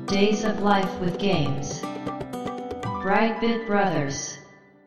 Days of Life with Games. Brightbit Brothers.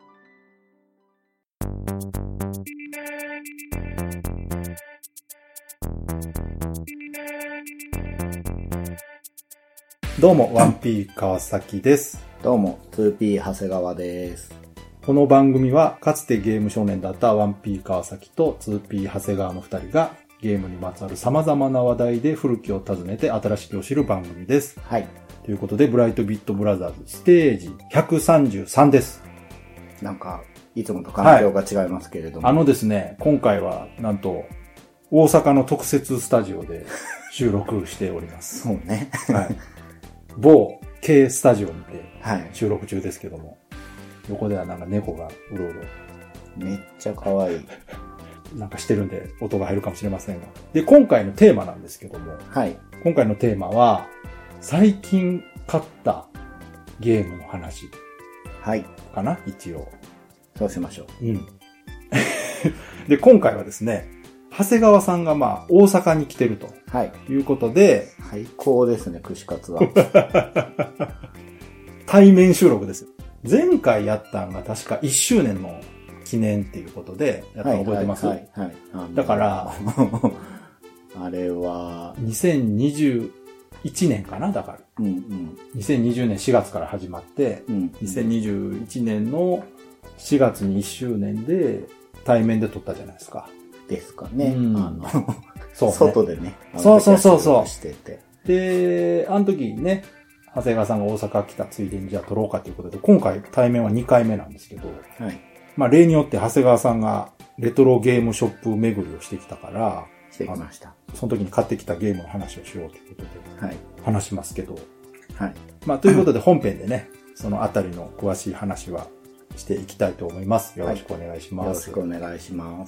どうも、1P 川崎です。 どうも、2P 長谷川です。 この番組は、かつてゲーム少年だった 1P 川崎と 2P 長谷川の2人が、ゲームにまつわる様々な話題で古きを訪ねて新しきを知る番組です。 はい。 ということで、ブライトビットブラザーズステージ133です。 なんか、いつもと環境が違いますけれども。 はい、ですね、今回は、なんと、大阪の特設スタジオで収録しております。 そうね。 はい。某 K スタジオにて収録中ですけども、 はい、 横ではなんか猫がうろうろ。 めっちゃ可愛い。 なんかしてるんで音が入るかもしれませんが。で、今回のテーマなんですけども、 はい。 今回のテーマは、最近買ったゲームの話。 はい。 かな、一応。 そうしましょう。 うん。で、今回はですね、長谷川さんが大阪に来てると。 はい。 いうことで。 最高ですね、串カツは。 対面収録ですよ。前回やったんが確か1周年の記念っていうことで、やったの覚えてます？はい。だから、 あれは、 2021年かなだから。 うんうん。 2020年4月から始まって、2021年の4月に1周年で対面で撮ったじゃないですか。 ですかね。 そうね、 外でね。 そうしてて。 で、あの時にね、長谷川さんが大阪来たついでにじゃあ撮ろうかということで、今回対面は2回目なんですけど、 はい。 例によって長谷川さんがレトロゲームショップ巡りをしてきたから、 してきました。 その時に買ってきたゲームの話をしようということで、 はい。 話しますけど、 はい。 ということで本編でね、そのあたりの詳しい話はしていきたいと思います。よろしくお願いします。 よろしくお願いします。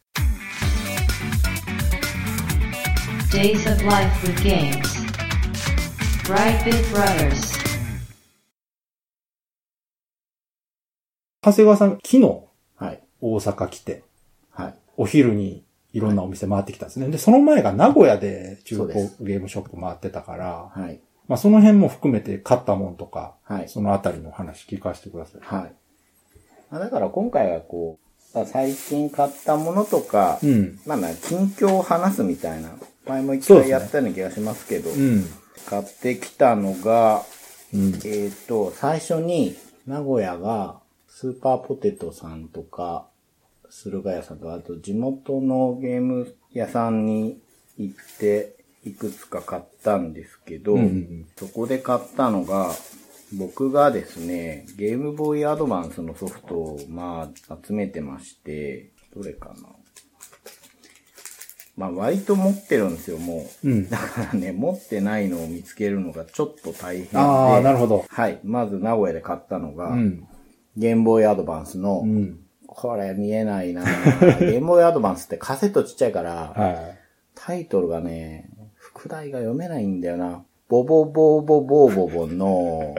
Days of Life with Games. Brightbit Brothers. 長谷川さん、昨日、 はい、 大阪来て、 はい、 お昼にいろんなお店回ってきたんですね。で、その前が名古屋で中古ゲームショップ回ってたから、 はい、 その辺も含めて買ったもんとか、 はい、 そのあたりの話聞かせてください。 はい。だから今回は最近買ったものとか、近況を話すみたいな、前も一回やったような気がしますけど、買ってきたのが、最初に名古屋がスーパーポテトさんとか、駿河屋さんとか、あと地元のゲーム屋さんに行っていくつか買ったんですけど、そこで買ったのが、僕がですね、ゲームボーイアドバンスのソフトを集めてまして、どれかな。割と持ってるんですよ、もう。だからね、持ってないのを見つけるのがちょっと大変で。 ああ、なるほど。 はい。まず名古屋で買ったのが、ゲームボーイアドバンスの、これ見えないなゲームボーイアドバンスってカセットちっちゃいから、タイトルがね、副題が読めないんだよな。ボボボボボボボの、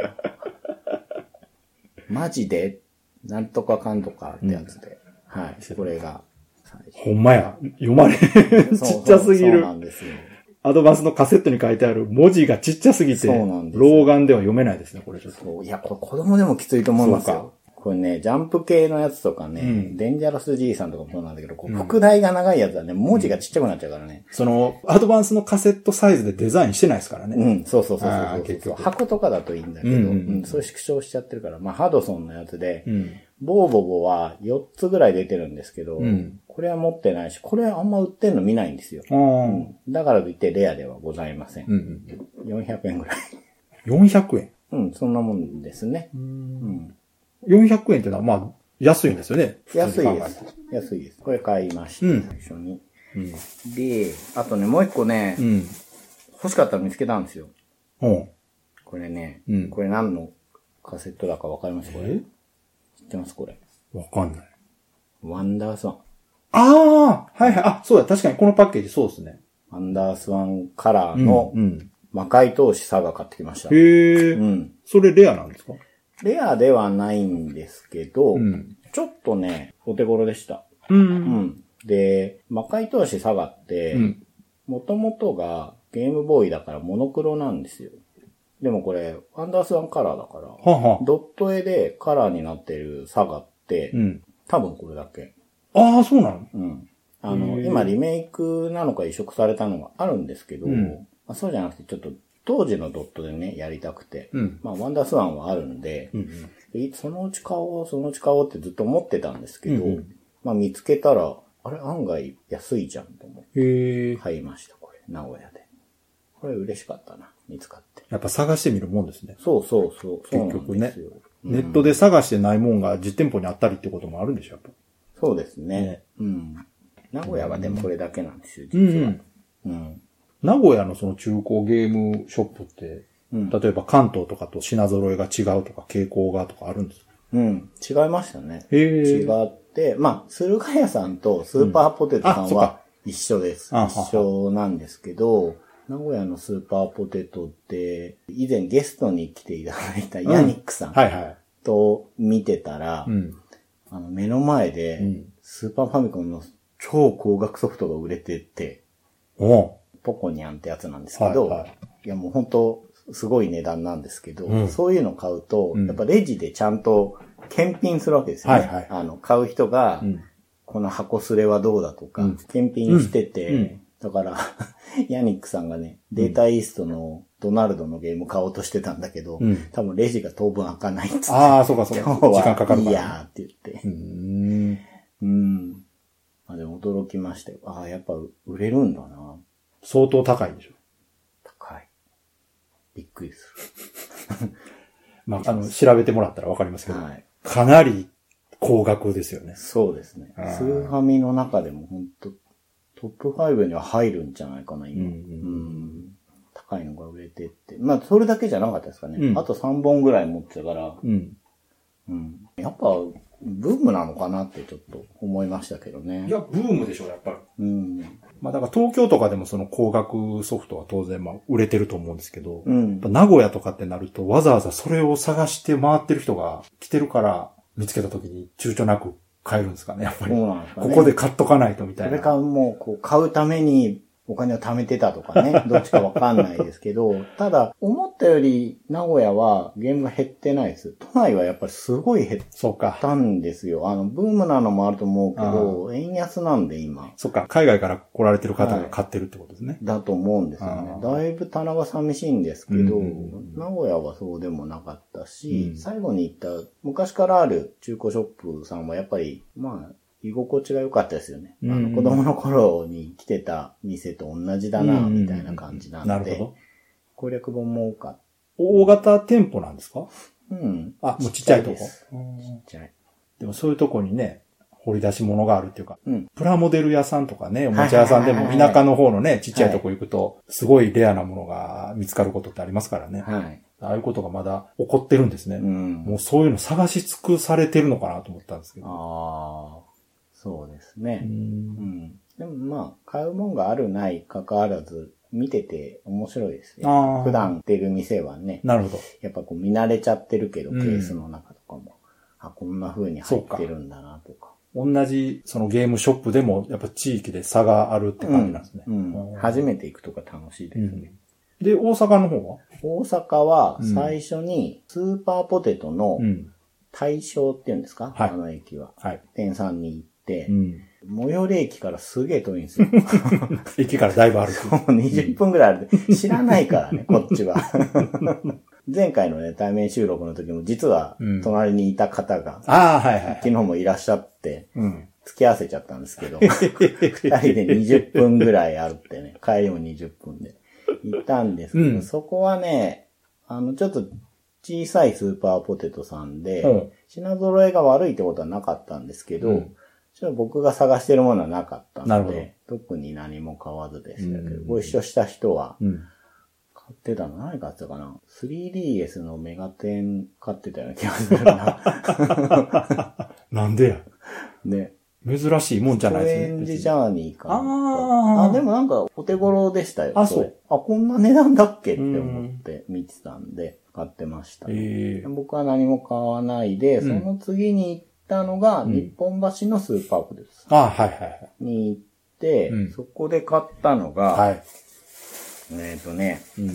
マジで、なんとかかんとかってやつで。はい。これが。 ほんまや。読まれちっちゃすぎる。 そうなんですよ。 アドバンスのカセットに書いてある文字がちっちゃすぎて、老眼では読めないですね、これちょっと。 いや、これ子供でもきついと思いますよ。これね、ジャンプ系のやつとかね、デンジャラス G さんとかもそうなんだけど、副題が長いやつはね、文字がちっちゃくなっちゃうからね。 その、アドバンスのカセットサイズでデザインしてないですからね。 そう。結局箱とかだといいんだけど、そういう縮小しちゃってるから、ハドソンのやつで、ボーボボは4つぐらい出てるんですけど、これは持ってないし、これあんま売ってんの見ないんですよ。だからといってレアではございません。400円ぐらい。 400 円そんなもんですね。 400円ってのは安いんですよね。 安いです。安いです。これ買いました、最初に。で、あとね、もう一個ね、欲しかったら見つけたんですよ。これね、これ何のカセットだかわかりますこれ？知ってますこれ？ わかんない。 ワンダースワン。 はい。そうだ、確かにこのパッケージそうですね。 ワンダースワンカラーの魔界闘士サガ買ってきました。 それレアなんですか？ レアではないんですけど、ちょっとね、お手頃でした。で、魔界闘士サガって、元々がゲームボーイだからモノクロなんですよ。 でもこれ、ワンダースワンカラーだから、 はドット絵でカラーになってるサガって、多分これだけ。 ああ、そうなの？ うん。今リメイクなのか移植されたのがあるんですけど、そうじゃなくてちょっと当時のドットでね、やりたくて、ワンダースワンはあるんで、そのうち買おうってずっと思ってたんですけど、見つけたら、あれ案外安いじゃんと思って、買いました、これ、名古屋で。これ嬉しかったな、見つかって。 やっぱ探してみるもんですね。 そう。 結局ね。ネットで探してないもんが実店舗にあったりってこともあるんでしょ、やっぱ。 そうですね。名古屋はでもこれだけなんですよ、実は。 名古屋のその中古ゲームショップって、例えば関東とかと品揃えが違うとか傾向がとかあるんですか？ 違いましたね。違って、駿河屋さんとスーパーポテトさんは一緒です。一緒なんですけど、名古屋のスーパーポテトって、以前ゲストに来ていただいたヤニックさんと見てたら、目の前でスーパーファミコンの超高額ソフトが売れてて、ポコニャンってやつなんですけど、いやもう本当すごい値段なんですけど、そういうの買うと、やっぱレジでちゃんと検品するわけですよね。買う人が、この箱すれはどうだとか、検品してて、だから、ヤニックさんがね、データイーストのドナルドのゲーム買おうとしてたんだけど、多分レジが当分開かないっつって。 ああ、そうか。時間かかるから。 いいやーって言って。でも驚きましたよ。やっぱ売れるんだな。 相当高いんでしょ？ 高い。びっくりする。調べてもらったらわかりますけど、かなり高額ですよね。 そうですね。スーファミの中でも本当トップ5には入るんじゃないかな、今。高いのが売れてって。それだけじゃなかったですかね。あと3本ぐらい持ってたから、やっぱ、ブームなのかなってちょっと思いましたけどね。 いや、ブームでしょ、やっぱり。だから東京とかでもその高額ソフトは当然売れてると思うんですけど、名古屋とかってなるとわざわざそれを探して回ってる人が来てるから見つけた時に躊躇なく買えるんですかね、やっぱり。ここで買っとかないとみたいな。 それかもう買うためにお金を貯めてたとかね、どっちかわかんないですけど、ただ、思ったより名古屋はゲームが減ってないです。都内はやっぱりすごい減ったんですよ。ブームなのもあると思うけど、円安なんで今。 そっか、海外から来られてる方が買ってるってことですね。 だと思うんですよね。だいぶ棚が寂しいんですけど、名古屋はそうでもなかったし、最後に行った昔からある中古ショップさんはやっぱり、居心地が良かったですよね。子供の頃に来てた店と同じだな、みたいな感じなんで。 なるほど。 攻略本も多かった。 大型店舗なんですか？もうちっちゃいとこ。ちっちゃい。 でもそういうとこにね、掘り出し物があるっていうか、プラモデル屋さんとかね、おもちゃ屋さんでも田舎の方のね、ちっちゃいとこ行くと、すごいレアなものが見つかることってありますからね。ああいうことがまだ起こってるんですね。もうそういうの探し尽くされてるのかなと思ったんですけど。 そうですね。でも買うもんがあるない関わらず、見てて面白いですよ。普段出る店はね。 なるほど。 やっぱ見慣れちゃってるけど、ケースの中とかも。こんな風に入ってるんだなとか。 同じそのゲームショップでもやっぱ地域で差があるって感じなんですね。 初めて行くとか楽しいですね。 で、大阪の方は？ 大阪は最初にスーパーポテトの大正っていうんですか？あの駅は。店さんに行って、最寄り駅からすげえ遠いんですよ。 駅からだいぶ歩く。 そう、20分ぐらいある。知らないからね、こっちは。前回のね、対面収録の時も実は隣にいた方が、昨日もいらっしゃって、付き合わせちゃったんですけど、二人で20分ぐらい歩ってね、帰りも20分で行ったんですけど、そこはね、ちょっと小さいスーパーポテトさんで、品揃えが悪いってことはなかったんですけど、ちょっと僕が探してるものはなかったので、特に何も買わずでしたけど、ご一緒した人は、買ってたの何買ってたかな ?3DS のメガテン買ってたような気がするな。 なんでやね。 珍しいもんじゃないですね。 ストレンジジャーニーかな。でもなんかお手頃でしたよ。そう。こんな値段だっけって思って見てたんで、買ってました、ね。僕は何も買わないで、その次に行ったのが、日本橋のスーパーポテトさんに行って、そこで買ったのが、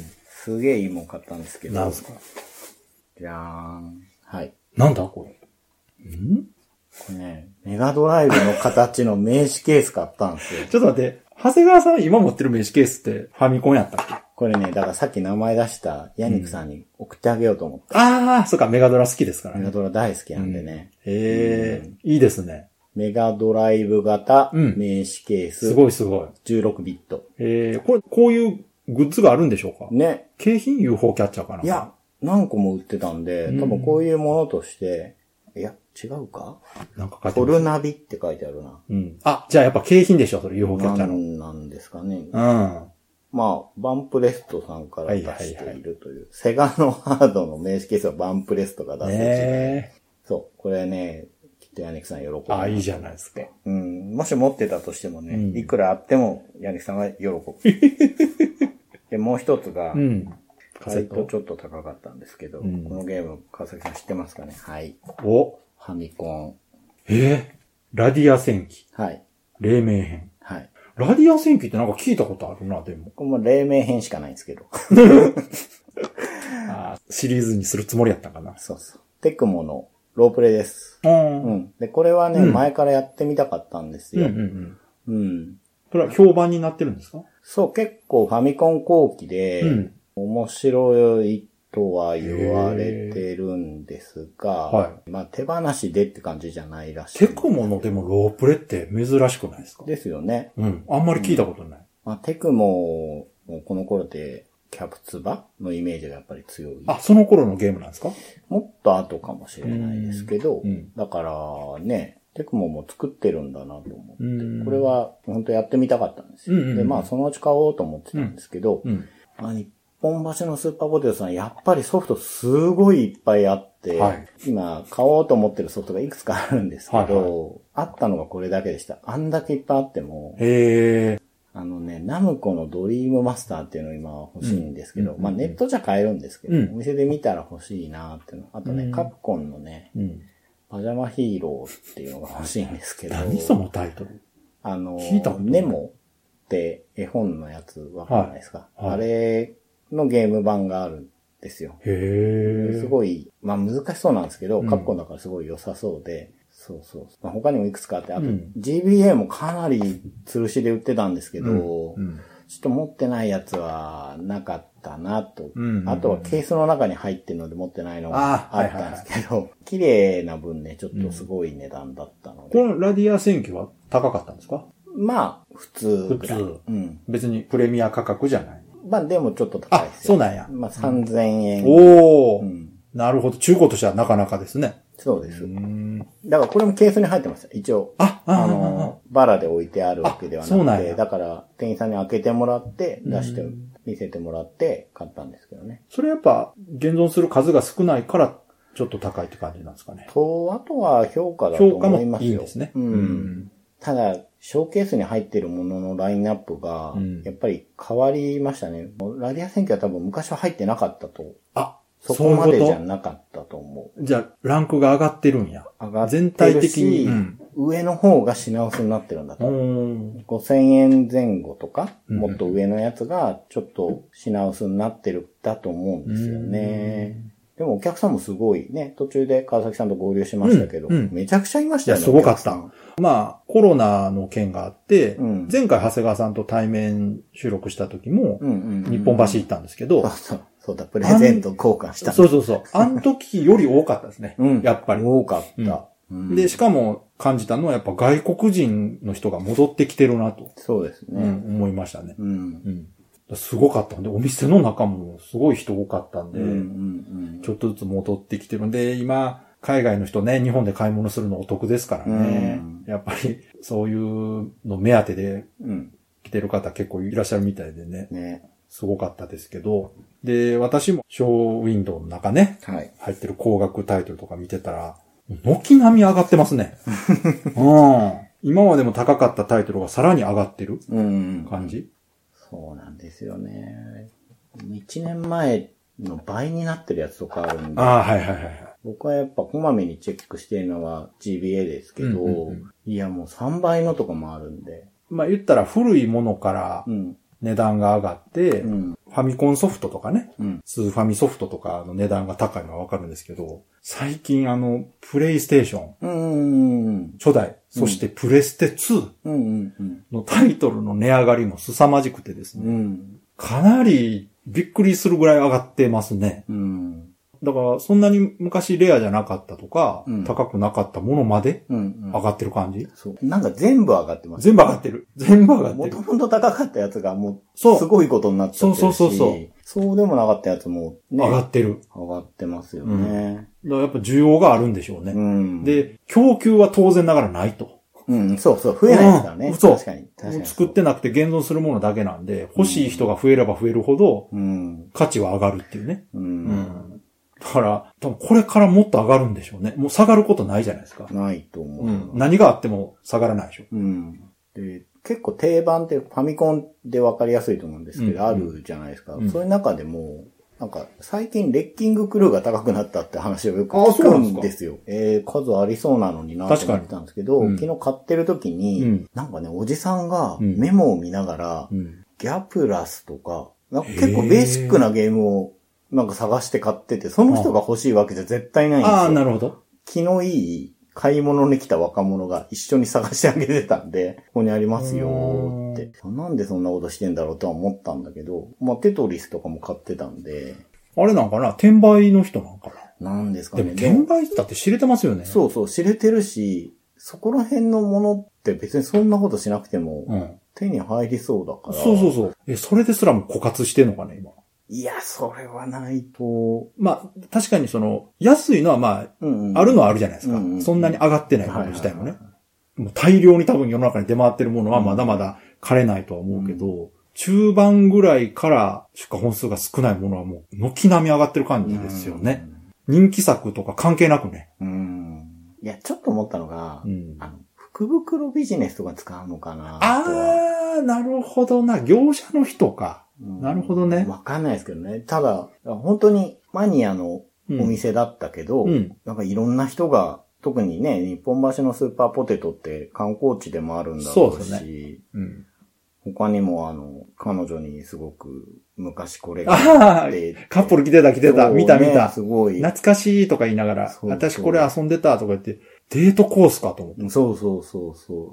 すげえいいもん買ったんですけど。 なんすか？ じゃーん。はい。 なんだこれ。 これね、メガドライブの形の名刺ケース買ったんですよ。 ちょっと待って、長谷川さん今持ってる名刺ケースってファミコンやったっけ？ これね、だからさっき名前出したヤニクさんに送ってあげようと思って。 ああ、そうか、メガドラ好きですからね。 メガドラ大好きなんでね。 いいですね。 メガドライブ型名刺ケース。 すごいすごい。 16ビット。 こういうグッズがあるんでしょうかね。 景品 UFO キャッチャーかな？ いや、何個も売ってたんで、多分こういうものとして、いや、違うか？ なんか書いてます。 トルナビって書いてあるな。 あ、じゃあやっぱ景品でしょ、それ UFO キャッチャーの。 なんですかね。まあ、バンプレストさんから出しているという。セガのハードの名刺ケースはバンプレストが出してる。そう。これね、きっとヤニクさん喜ぶ。 あ、いいじゃないですか。 もし持ってたとしてもね、いくらあってもヤニクさんは喜ぶ。で、もう一つが、割とちょっと高かったんですけど、このゲーム、川崎さん知ってますかね？はい。ファミコン。 ラディア戦記。 はい。 黎明編。 はい。 ラディア戦記ってなんか聞いたことあるな、でも。 これも黎明編しかないんですけど。 シリーズにするつもりやったかな。 そうそう。テクモのロープレイです。で、これはね、前からやってみたかったんですよ。 それは評判になってるんですか？ そう、結構ファミコン後期で、面白いとは言われてるんですが、まあ手放しでって感じじゃないらしい。 テクモのでもロープレって珍しくないですか？ ですよね。 あんまり聞いたことない。 まあテクモもこの頃ってキャプツバのイメージがやっぱり強い。 あ、その頃のゲームなんですか？ もっと後かもしれないですけど、だからね、テクモも作ってるんだなと思って、これは本当やってみたかったんですよ。で、まあそのうち買おうと思ってたんですけど、日本橋のスーパーポテトさん、やっぱりソフトすごいいっぱいあって、今買おうと思ってるソフトがいくつかあるんですけど、あったのがこれだけでした。あんだけいっぱいあっても、ナムコのドリームマスターっていうのを今欲しいんですけど、まあネットじゃ買えるんですけど、お店で見たら欲しいなっていうの。あとね、カプコンのね、パジャマヒーローっていうのが欲しいんですけど。 何そのタイトル？聞いたことない。 ネモって絵本のやつわかんないですか？あれのゲーム版があるんですよ。すごい、まあ難しそうなんですけど、カプコンだからすごい良さそうで、まあ、他にもいくつかあって、あと GBA もかなり吊るしで売ってたんですけど、ちょっと持ってないやつはなかったなと。あとはケースの中に入ってるので持ってないのがあったんですけど、綺麗な分ね、ちょっとすごい値段だったので。 このラディア戦記は高かったんですか？ まあ、普通ぐらい。 別にプレミア価格じゃない。 まあでもちょっと高いですよ。 そうなんや。 まあ3000円。 なるほど。中古としてはなかなかですね。 そうです。だからこれもケースに入ってました。一応。バラで置いてあるわけではなくて、だから店員さんに開けてもらって、出して、見せてもらって買ったんですけどね。 それやっぱ現存する数が少ないからちょっと高いって感じなんですかね。 あとは評価だと思いますよ。 評価もいいんですね。 ただ、ショーケースに入っているもののラインナップが、やっぱり変わりましたね。ラディア戦記は多分昔は入ってなかったと。そこまでじゃなかったと思う。 じゃあ、ランクが上がってるんや。 上がってるし、全体的に、上の方が品薄になってるんだと。5000円前後とか、もっと上のやつがちょっと品薄になってるだと思うんですよね。でもお客さんもすごいね、途中で川崎さんと合流しましたけど、めちゃくちゃいましたよね。 すごかった。まあ、コロナの件があって、前回長谷川さんと対面収録した時も、日本橋行ったんですけど、 そうだ、プレゼント交換した。 そう。あの時より多かったですね。やっぱり。 多かった。 で、しかも感じたのはやっぱ外国人の人が戻ってきてるなと。 そうですね。 思いましたね。すごかったんで、お店の中もすごい人多かったんで、ちょっとずつ戻ってきてるんで、今、海外の人ね、日本で買い物するのお得ですからね。やっぱり、そういうの目当てで来てる方結構いらっしゃるみたいでね。すごかったですけど。で、私もショーウィンドウの中ね、入ってる高額タイトルとか見てたら、軒並み上がってますね。今までも高かったタイトルがさらに上がってる感じ。 そうなんですよね。1年前の倍になってるやつとかあるんで。僕はやっぱこまめにチェックしてるのは GBA ですけど、いやもう3倍のとかもあるんで。 まあ言ったら古いものから値段が上がって、フファミコンソフトとかね、スーファミソフトとかの値段が高いのはわかるんですけど、最近プレイステーション、初代、そしてプレステ2のタイトルの値上がりも凄まじくてですね、かなりびっくりするぐらい上がってますね。だからそんなに昔レアじゃなかったとか、高くなかったものまで上がってる感じ、 なんか全部上がってます、 ね。全部上がってる。全部上がってる。 もともと高かったやつがもうすごいことになっちゃってるし。そうでもなかったやつもね。 上がってる。 上がってますよね。 だからやっぱ需要があるんでしょうね。で、供給は当然ながらないと。 そう、増えないですからね。確かに。 作ってなくて現存するものだけなんで、欲しい人が増えれば増えるほど、価値は上がるっていうね。だから、多分これからもっと上がるんでしょうね。もう下がることないじゃないですか。 ないと思う。 何があっても下がらないでしょ。 で、結構定番ってファミコンで分かりやすいと思うんですけど、あるじゃないですか。そういう中でも、なんか、最近レッキングクルーが高くなったって話をよく聞くんですよ。数ありそうなのになと思ってたんですけど、昨日買ってる時に、なんかね、おじさんがメモを見ながら、ギャプラスとか、なんか結構ベーシックなゲームをなんか探して買ってて、その人が欲しいわけじゃ絶対ないんですよ。 なるほど。 気のいい買い物に来た若者が一緒に探してあげてたんで、ここにありますよーって。なんでそんなことしてんだろうとは思ったんだけど、テトリスとかも買ってたんで。 あれなんかな、転売の人なんかな。なんですかね。 でも転売だって知れてますよね。 そう、知れてるし、そこら辺のものって別にそんなことしなくても、手に入りそうだから。 そう。それですらも枯渇してんのかね、今。 いや、それはないと。 確かに安いのはあるのはあるじゃないですか。そんなに上がってないもの自体もね。もう大量に多分世の中に出回ってるものはまだまだ枯れないとは思うけど、中盤ぐらいから出荷本数が少ないものはもう軒並み上がってる感じですよね。人気作とか関係なくね。 いや、ちょっと思ったのが、福袋ビジネスとか使うのかな。 なるほどな。業者の人か。なるほどね。 わかんないですけどね。ただ、本当にマニアのお店だったけど、なんかいろんな人が、特にね、日本橋のスーパーポテトって観光地でもあるんだろうし、そうですね。他にも彼女にすごく昔これがあって。 カップル来てた。見た。 すごい。 懐かしいとか言いながら、私これ遊んでたとか言って、デートコースかと思って。 そう。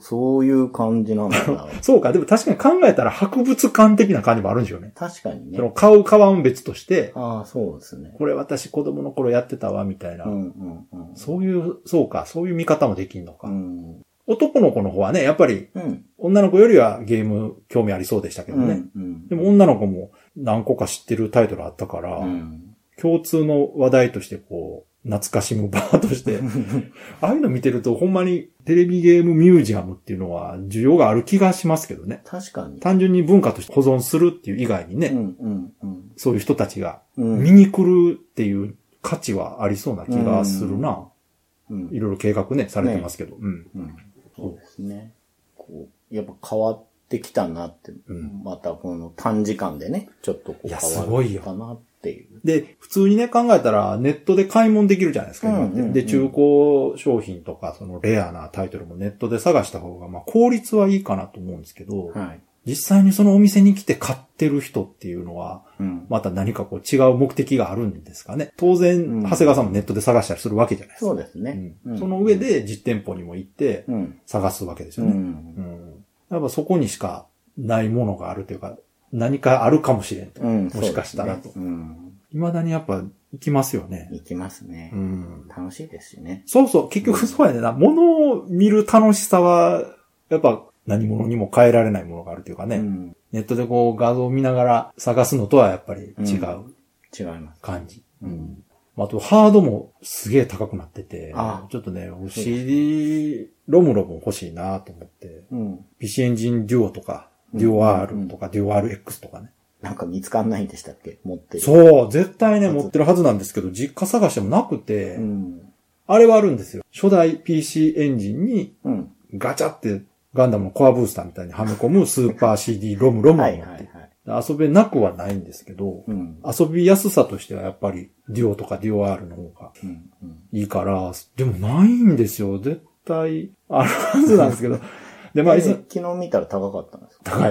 そういう感じなんだな。 そうか。でも確かに考えたら博物館的な感じもあるんでしょうね。 確かにね。 買う別として。 そうですね。 これ私子供の頃やってたわ、みたいな。そういう見方もできんのか。男の子の方はね、やっぱり、女の子よりはゲーム興味ありそうでしたけどね。でも女の子も何個か知ってるタイトルあったから、共通の話題として懐かしむ場として、ああいうの見てるとほんまにテレビゲームミュージアムっていうのは需要がある気がしますけどね。 確かに。 単純に文化として保存するっていう以外にね、そういう人たちが見に来るっていう価値はありそうな気がするな。いろいろ計画ね、されてますけど。 そうですね。やっぱ変わってきたなって、またこの短時間でね、ちょっと変わったなっていう。 で、普通にね、考えたらネットで買い物できるじゃないですか、今って。で、中古商品とか、レアなタイトルもネットで探した方が、効率はいいかなと思うんですけど、実際にそのお店に来て買ってる人っていうのは、また何か違う目的があるんですかね。当然、長谷川さんもネットで探したりするわけじゃないですか。 そうですね。 その上で実店舗にも行って探すわけですよね。やっぱそこにしかないものがあるというか、何かあるかもしれんと。もしかしたらと。未だにやっぱ行きますよね。 行きますね。楽しいですしね。 そう。結局そうやねんな。物を見る楽しさは、やっぱ何物にも変えられないものがあるというかね。ネットで画像を見ながら探すのとはやっぱり違う。 違います。 感じ。あと、ハードもすげえ高くなってて、ちょっとね、CD、ロムも欲しいなと思って、PC エンジンデュオとか、デュオ R とか、デュオ RX とかね。 なんか見つかんないんでしたっけ持ってる。 そう、絶対ね、持ってるはずなんですけど、実家探してもなくて、あれはあるんですよ。初代 PC エンジンに、ガチャってガンダムのコアブースターみたいにはめ込むスーパー CD ロムを持って遊べなくはないんですけど、遊びやすさとしてはやっぱりデュオとかデュオ R の方がいいから、でもないんですよ。絶対あるはずなんですけど。 で、昨日見たら高かったんですか？ 高い。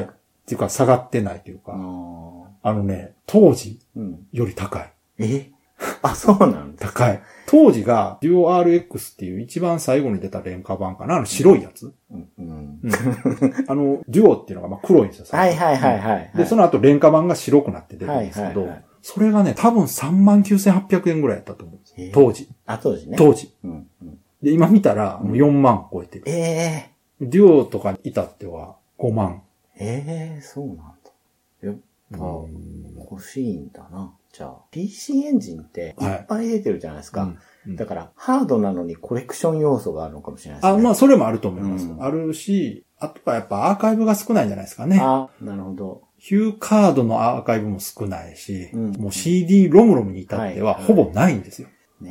っていうか下がってないというか、当時より高い。 あ、そうなんだ。 高い。当時が、デュオ RX っていう一番最後に出た廉価版かな、白いやつ。デュオっていうのが黒いんですよ。 はいはいはいはい。 で、その後廉価版が白くなって出るんですけど、それがね、多分39,800円ぐらいやったと思うんです。当時。 当時ね。 当時。で、今見たら、もう4万超えてる。デュオとかに至っては5万。 そうなんだ。やっぱ、欲しいんだな。じゃあ、PC エンジンっていっぱい出てるじゃないですか。だから、ハードなのにコレクション要素があるのかもしれないですね。 まあ、それもあると思います。あるし、あとはやっぱアーカイブが少ないんじゃないですかね。 なるほど。 ヒューカードのアーカイブも少ないし、もう CD ロムロムに至ってはほぼないんですよ。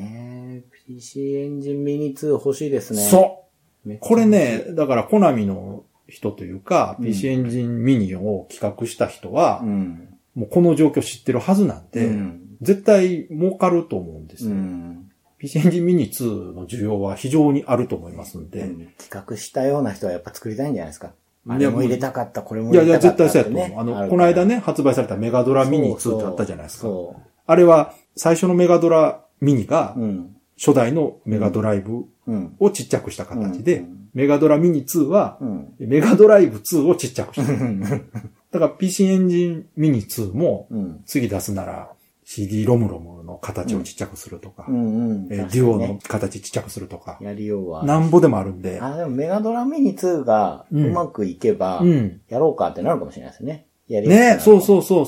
PC エンジンミニ2欲しいですね。 そう。これね、だからコナミの人というか、PC エンジンミニを企画した人は、もうこの状況知ってるはずなんで、絶対儲かると思うんですよ。PC エンジンミニ2の需要は非常にあると思いますんで。 企画したような人はやっぱ作りたいんじゃないですか。あれも入れたかった、これも入れたかった。 いや、絶対そうやと思う。この間ね、発売されたメガドラミニ2ってあったじゃないですか。あれは、最初のメガドラミニが、初代のメガドライブをちっちゃくした形で、メガドラミニ2は、メガドライブ2をちっちゃくした。だから PC エンジンミニ2も、次出すなら CD ロムロムの形をちっちゃくするとか、デュオの形ちっちゃくするとか、 やりようは。 なんぼでもあるんで。 でもメガドラミニ2がうまくいけば、やろうかってなるかもしれないですね。 そう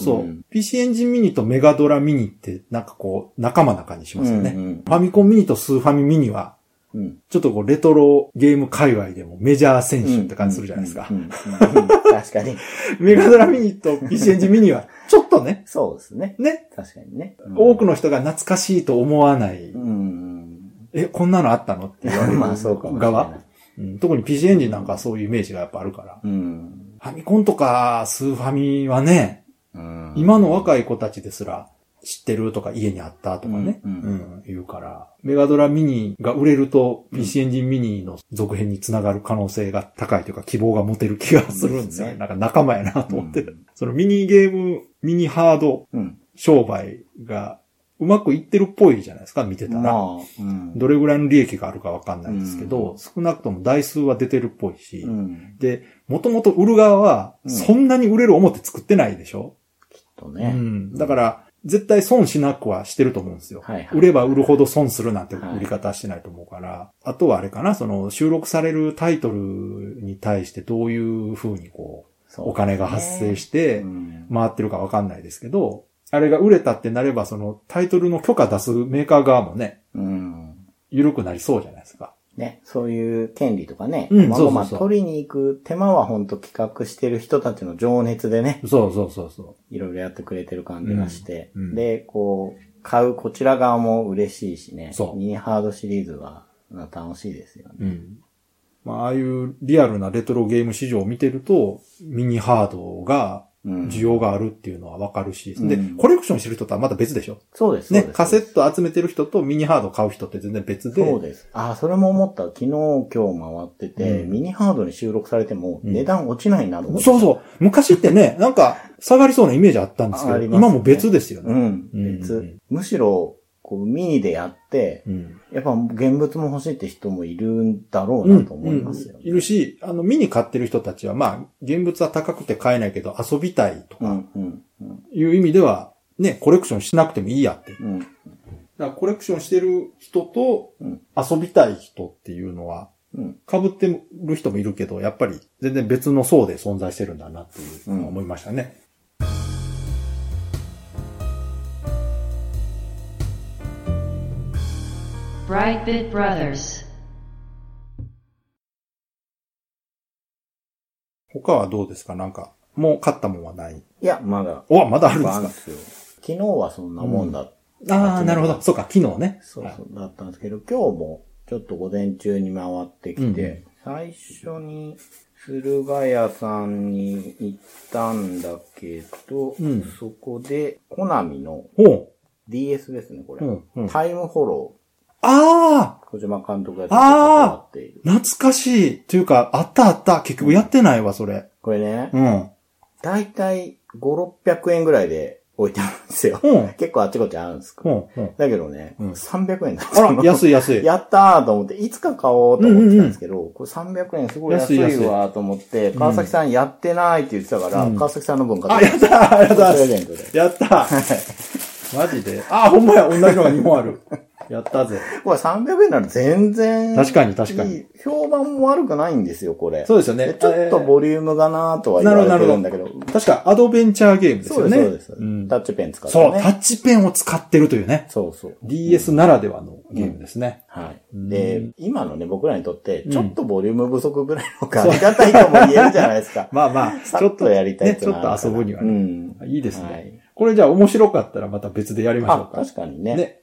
。PC エンジンミニとメガドラミニってなんかこう、仲間な感じしますよね。ファミコンミニとスーファミミニは、ちょっとこうレトロゲーム界隈でもメジャー選手って感じするじゃないですか。 確かに。 メガドラミニと PC エンジンミニはちょっとね。 そうですね。確かにね。 多くの人が懐かしいと思わない。こんなのあったのって言われる側。特に PC エンジンなんかそういうイメージがやっぱあるから。ファミコンとかスーファミはね、今の若い子たちですら、知ってるとか家にあったとかね、言うから、メガドラミニが売れると PC エンジンミニの続編につながる可能性が高いというか希望が持てる気がするんですよ。なんか仲間やなと思って。そのミニゲーム、ミニハード商売がうまくいってるっぽいじゃないですか、見てたら。どれぐらいの利益があるかわかんないですけど、少なくとも台数は出てるっぽいし、で、もともと売る側はそんなに売れる思って作ってないでしょ、 きっとね。 だから、絶対損しなくはしてると思うんですよ。売れば売るほど損するなんて売り方はしてないと思うから。あとはあれかな、その収録されるタイトルに対してどういう風にこう、お金が発生して回ってるかわかんないですけど、あれが売れたってなればそのタイトルの許可出すメーカー側もね、緩くなりそうじゃないですか。 ね、そういう権利とかね、取りに行く手間は本当企画してる人たちの情熱でね、いろいろやってくれてる感じがして、で、こう、買うこちら側も嬉しいしね、ミニハードシリーズは楽しいですよね。 ああいうリアルなレトロゲーム市場を見てると、ミニハードが、需要があるっていうのはわかるし、で、コレクションしてる人とはまた別でしょ。 そうです。 ね、カセット集めてる人とミニハード買う人って全然別で。 そうです。それも思った。昨日今日回ってて、ミニハードに収録されても値段落ちないなと思って。 そう。昔ってね、なんか下がりそうなイメージあったんですけど、今も別ですよね。 別。むしろ、ミニでやって、やっぱ現物も欲しいって人もいるんだろうなと思いますよね。 いるし、ミニ買ってる人たちは、現物は高くて買えないけど遊びたいとか、いう意味では、ね、コレクションしなくてもいいやって。だからコレクションしてる人と遊びたい人っていうのは、被ってる人もいるけど、やっぱり全然別の層で存在してるんだなっていうのを思いましたね。 Brightbit Brothers。 他はどうですか？なんか、もう買ったもんはない？ いや、まだ。 まだあるんですか？ 昨日はそんなもんだった。 なるほど。そうか、昨日ね。 そうだったんですけど、今日もちょっと午前中に回ってきて、最初に駿河屋さんに行ったんだけど、そこで、コナミの DS ですね、これ。タイムフォロー。小島監督が関わっている。 懐かしい。というか、あった。結局やってないわ、それ。 これね。 だいたい5、600円ぐらいで置いてあるんですよ。結構あっちこっちあるんですけど。だけどね、300円だった。 あら、安い安い。 やったーと思って、いつか買おうと思ってたんですけど、これ300円すごい安いわと思って、川崎さんやってないって言ってたから、川崎さんの分買ってやったー、ありがとうございます。 プレゼントで。 やったー。マジで。ほんまや、同じのが2本ある。やったぜ。 これ300円なら全然。 確かに確かに。 評判も悪くないんですよ、これ。 そうですよね。 ちょっとボリュームがなーとは言われてるんだけど。 確かアドベンチャーゲームですよね。 そうです。タッチペン使ってね。そう、タッチペンを使ってるというね。 そうそう。 DS ならではのゲームですね。 はい。で、今のね、僕らにとって、ちょっとボリューム不足ぐらいのがありがたいとも言えるじゃないですか。 まあ、 ちょっとやりたいね、ちょっと遊ぶにはね。いいですね。これじゃあ面白かったらまた別でやりましょうか。 確かにね。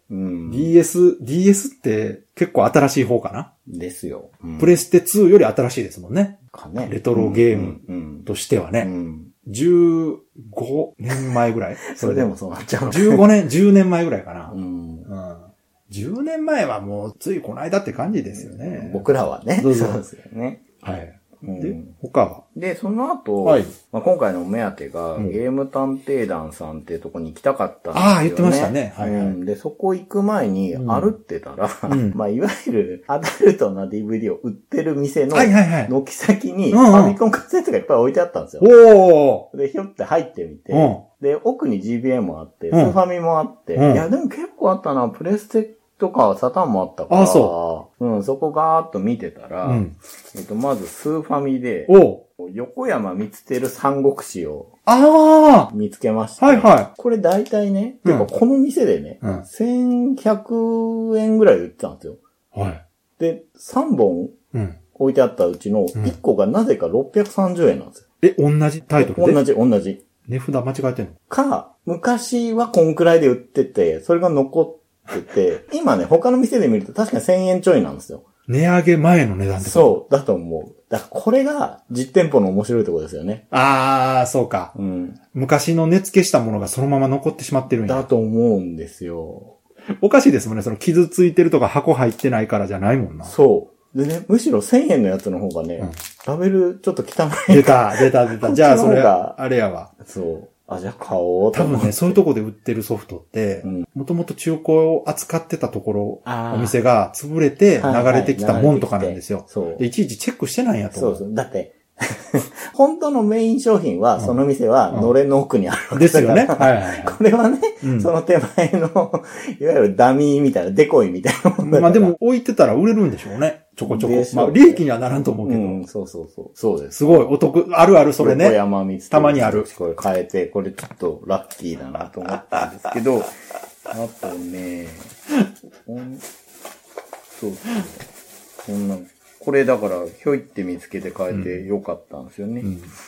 DS って結構新しい方かなですよ。 プレステ2より新しいですもんね。レトロゲームとしてはね。15年前ぐらいそれでもそうなっちゃうの 10年前ぐらいかな。10年前はもうついこの間って感じですよね。 僕らはね。そうですよね。 はい。で、他はで、その後、今回のお目当てが、ゲーム探偵団さんっていうとこに行きたかったんですよね。 言ってましたね。 で、そこ行く前に歩ってたら、いわゆるアダルトな DVD を売ってる店の軒先にファミコンカセットがいっぱい置いてあったんですよ。で、ひょって入ってみて、で、奥に GBA もあって、スーファミもあって、いや、でも結構あったな、プレステとかサターンもあったから、そこガーッと見てたら、まずスーファミで、横山光輝三国志を見つけました。これ大体ね、結構この店でね、1100円ぐらいで売ってたんですよ。で、3本置いてあったうちの1個がなぜか630円なんですよ。 同じタイトルで？ 同じ。 値札間違えてんの？ か、昔はこんくらいで売ってて、それが残ってて、今ね、他の店で見ると確かに1000円ちょいなんですよ。 値上げ前の値段ってそう、だと思う。だからこれが実店舗の面白いところですよね。 そうか。昔の値付けしたものがそのまま残ってしまってるんや。 だと思うんですよ。 おかしいですもんね。その傷ついてるとか箱入ってないからじゃないもんな。 そう。でね、むしろ1000円のやつの方がね、ラベルちょっと汚い。 出た。じゃあそれ、あれやわ。 そう。じゃあ買おうと思って。 多分ね、そういうとこで売ってるソフトって、もともと中古を扱ってたところ、お店が潰れて流れてきたもんとかなんですよ。で、いちいちチェックしてないんやと思う。 そう。だって、本当のメイン商品は、その店は、のれんの奥にあるわけですよね。 これはね、その手前の、いわゆるダミーみたいな、デコイみたいなものだから。 でも置いてたら売れるんでしょうね。ちょこちょこ。利益にはならんと思うけど。 そうです。 すごい、お得、ある、それね。たまにある。 これ変えて、これちょっとラッキーだなと思ったんですけど、あとね、こんな、これだから、ひょいって見つけて変えてよかったんですよね。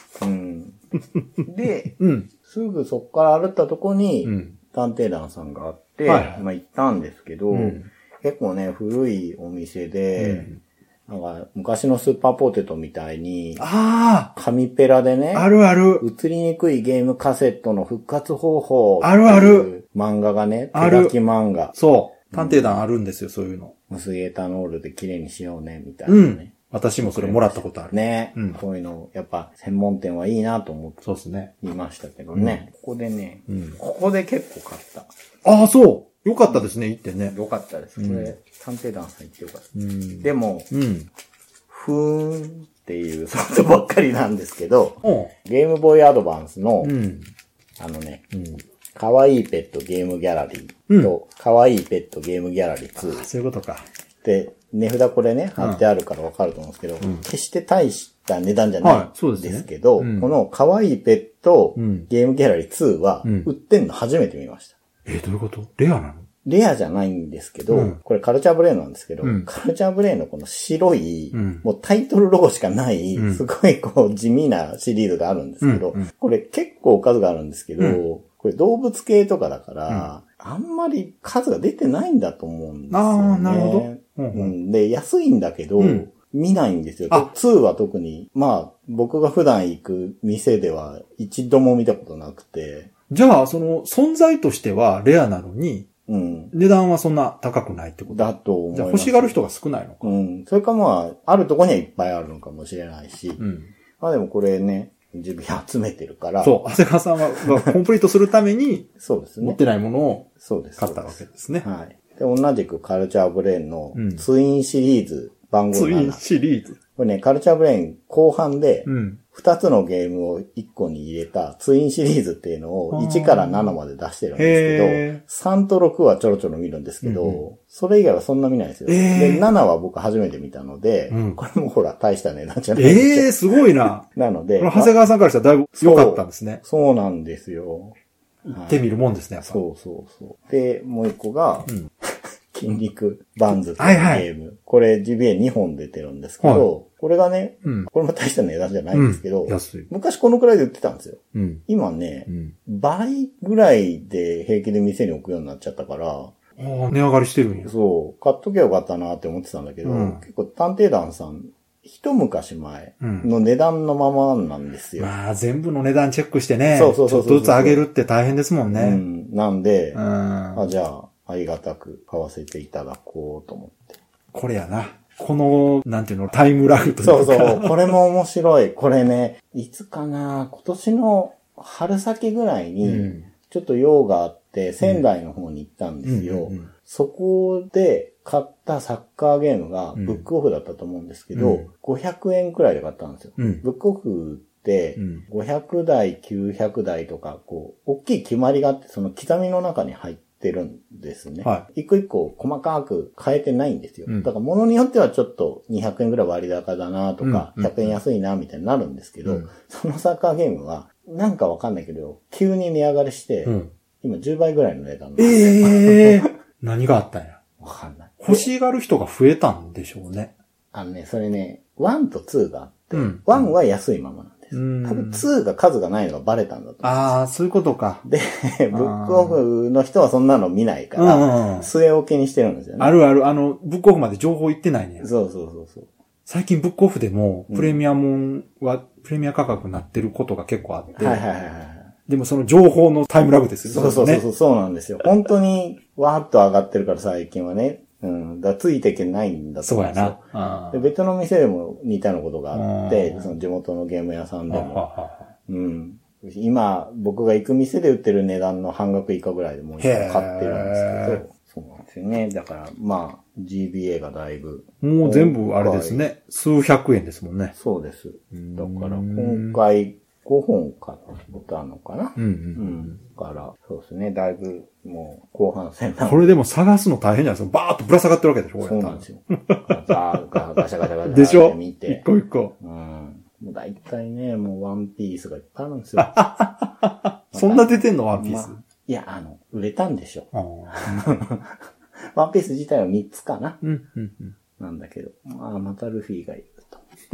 で、すぐそこから歩ったとこに、探偵団さんがあって、行ったんですけど、結構ね、古いお店で、なんか、昔のスーパーポテトみたいに、紙ペラでね、映りにくいゲームカセットの復活方法、漫画がね、手書き漫画。 そう。探偵団あるんですよ、そういうの。 無水エタノールで綺麗にしようね、みたいなね。 私もそれもらったことある。 ね。こういうの、やっぱ、専門店はいいなと思って。 そうですね。 見ましたけどね。ここでね、ここで結構買った。 そう。よかったですね、行ってね。 よかったです。これ、探偵団さん行ってよかった。でも、ふーんっていうソフトばっかりなんですけど、ゲームボーイアドバンスの、かわいいペットゲームギャラリーと、かわいいペットゲームギャラリー2。 そういうことか。 で、値札これね、貼ってあるからわかると思うんですけど、決して大した値段じゃないんですけど、このかわいいペットゲームギャラリー2は、売ってんの初めて見ました。 どういうこと？レアなの？ レアじゃないんですけど、これカルチャーブレーンなんですけど、カルチャーブレーンのこの白い、もうタイトルロゴしかない、すごいこう地味なシリーズがあるんですけど、これ結構数があるんですけど、これ動物系とかだから、あんまり数が出てないんだと思うんですよね。 なるほど。 で、安いんだけど、見ないんですよ。2は特に、僕が普段行く店では一度も見たことなくて。 じゃあ、その存在としてはレアなのに、値段はそんな高くないってことだと思います。 じゃあ欲しがる人が少ないのか。 それかあるとこにはいっぱいあるのかもしれないし。でもこれね、 ジビエ集めてるから。 そう、長谷川さんはコンプリートするために、 そうですね。 持ってないものを買ったわけですね。 はい。で、同じくカルチャーブレーンのツインシリーズ番号7。 ツインシリーズ。 これね、カルチャーブレーン後半で、2つのゲームを1個に入れたツインシリーズっていうのを1から7まで出してるんですけど、3と6はちょろちょろ見るんですけど、それ以外はそんな見ないんですよ。で、7は僕初めて見たので、これもほら大した値段じゃないですすごいな。 なので、 長谷川さんからしたらだいぶ良かったんですね。 そうなんですよ。 行ってみるもんですね、やっぱ。 そう。で、もう一個が、筋肉バンズっていうゲーム。これ GBA2 本出てるんですけど、これがね、これも大した値段じゃないんですけど、昔このくらいで売ってたんですよ。今ね、倍ぐらいで平気で店に置くようになっちゃったから、 値上がりしてるんや。 そう、買っときゃよかったなって思ってたんだけど、結構探偵団さん、一昔前の値段のままなんですよ。 まあ、全部の値段チェックしてね、ちょっとずつ上げるって大変ですもんね。 なんで、じゃあ、ありがたく買わせていただこうと思って。 これやな。この、なんていうの、タイムラグというか。 そう。これも面白い。これね、いつかな、今年の春先ぐらいに、ちょっと用があって、仙台の方に行ったんですよ。そこで買ったサッカーゲームがブックオフだったと思うんですけど、500円くらいで買ったんですよ。ブックオフって500台、900台とか、こう、大きい決まりがあって、その刻みの中に入ってるんですね。一個一個細かく変えてないんですよ。だから物によってはちょっと200円ぐらい割高だなとか、100円安いなみたいになるんですけど、そのサッカーゲームは、なんかわかんないけど、急に値上がりして、今10倍ぐらいの値段なんですよ。 何があったんや。 わかんない。 欲しがる人が増えたんでしょうね。 それね、1と2があって、1は安いままなんです。多分2が数がないのがバレたんだと思うんです。 ああ、そういうことか。 で、ブックオフの人はそんなの見ないから、据え置きにしてるんですよね。 ある、ブックオフまで情報行ってないね。 そう。 最近ブックオフでも、プレミア価格になってることが結構あって。でもその情報のタイムラグですよね。そうなんですよ。本当にわーっと上がってるから最近はね。だついていけないんだと思うんですよ。 そうやな。 で、別の店でも似たようなことがあって、その地元のゲーム屋さんでも。今、僕が行く店で売ってる値段の半額以下ぐらいでもう買ってるんですけど。そうなんですよね。だから、まあ、GBA がだいぶ。 もう全部あれですね。数百円ですもんね。 そうです。だから今回5本買ったのかな。だから、そうですね。だいぶもう後半戦なの。 これでも探すの大変じゃないですか。バーッとぶら下がってるわけでしょ。 そうなんですよ。ガシャガシャでしょ見て。 一個一個。 もう大体ね、もうワンピースがいっぱいあるんですよ。 そんな出てんのワンピース。 いや、売れたんでしょ。ワンピース自体は3つかな。なんだけど。またルフィがいると。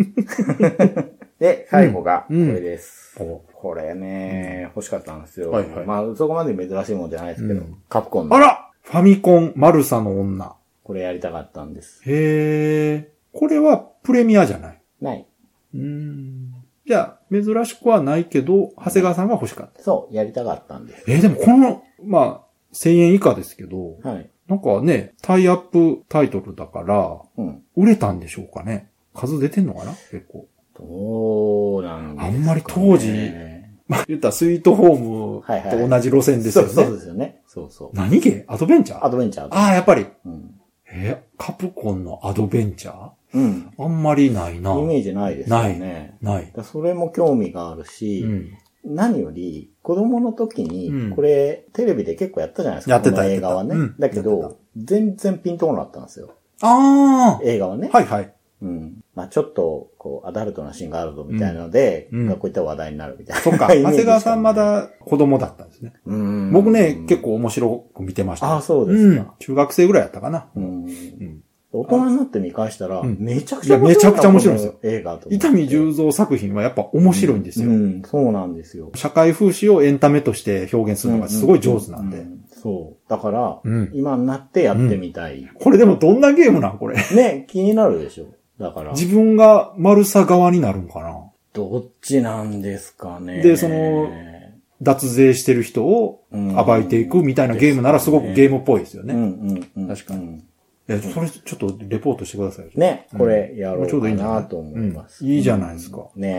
で、最後が、これです。これね、欲しかったんですよ。まあ、そこまで珍しいもんじゃないですけど、カプコンの。 あら！ファミコン、マルサの女。 これやりたかったんです。 へー。これはプレミアじゃない？ ない。 じゃあ、珍しくはないけど、長谷川さんが欲しかった。 そう、やりたかったんです。 でもこの、まあ、1000円以下ですけど、なんかね、タイアップタイトルだから、売れたんでしょうかね。数出てんのかな結構。 どうなんですかね。 あんまり当時、まあ言ったらスイートホームと同じ路線ですよね。 そうですよね。そう。 何ゲー？アドベンチャー？ アドベンチャー。 やっぱり。カプコンのアドベンチャー？あんまりないな。 イメージないですよね。 ない。 それも興味があるし、何より、子供の時に、これ、テレビで結構やったじゃないですか。 やってた。 この映画はね。だけど、全然ピンとこなかったんですよ。映画はね。まあちょっと、こう、アダルトなシーンがあるぞみたいなので、こういった話題になるみたいな。 そっか。長谷川さんまだ子供だったんですね。僕ね、結構面白く見てました。 そうですか。 中学生ぐらいやったかな。 大人になって見返したら、めちゃくちゃ面白い。めちゃくちゃ面白いんですよ。 映画と。 伊丹十三作品はやっぱ面白いんですよ。 そうなんですよ。 社会風刺をエンタメとして表現するのがすごい上手なんで。 そう。だから、今になってやってみたい。 これでもどんなゲームなんこれ。 ね、気になるでしょ。だから。 自分がマルサ側になるんかな。 どっちなんですかね。 で、脱税してる人を暴いていくみたいなゲームならすごくゲームっぽいですよね。確かに。それちょっとレポートしてください。 ね、これやろうかなと思います。 いいじゃないですか。 ね。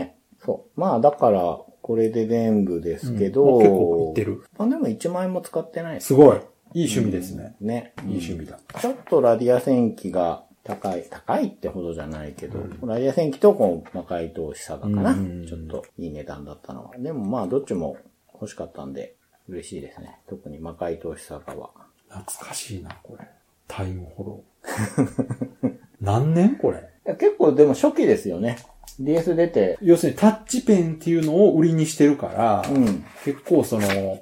そう。まあだから、これで全部ですけど、 結構いってる。 まあでも1万円も使ってないです、 ね。すごい。いい趣味ですね。 ね。 いい趣味だ。 ちょっとラディア戦記が高いってほどじゃないけど、ラディア戦記とこの魔界投資サガかな、ちょっといい値段だったのは。でもまあどっちも欲しかったんで嬉しいですね。特に魔界投資サガは。 懐かしいな、これ。タイムフォロー。何年これ？ 結構でも初期ですよね。DS 出て。 要するにタッチペンっていうのを売りにしてるから、結構その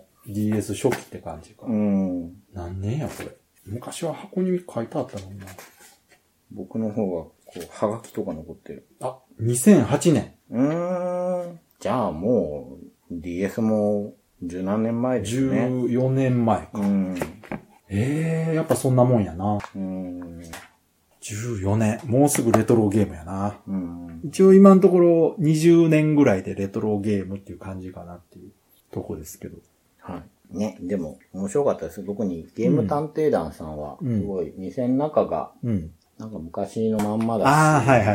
DS 初期って感じか。何年やこれ。昔は箱に書いてあったのにな。 僕の方がこうハガキとか残ってる。 あ、2008年。 じゃあもう DS も十何年前ですね。 14年前か。やっぱそんなもんやな。14年。もうすぐレトロゲームやな。一応今のところ20年ぐらいでレトロゲームっていう感じかなっていうとこですけど。 はい。ね、でも面白かったです。特にゲーム探偵団さんは、すごい店の中が、なんか昔のまんまだし。 はい。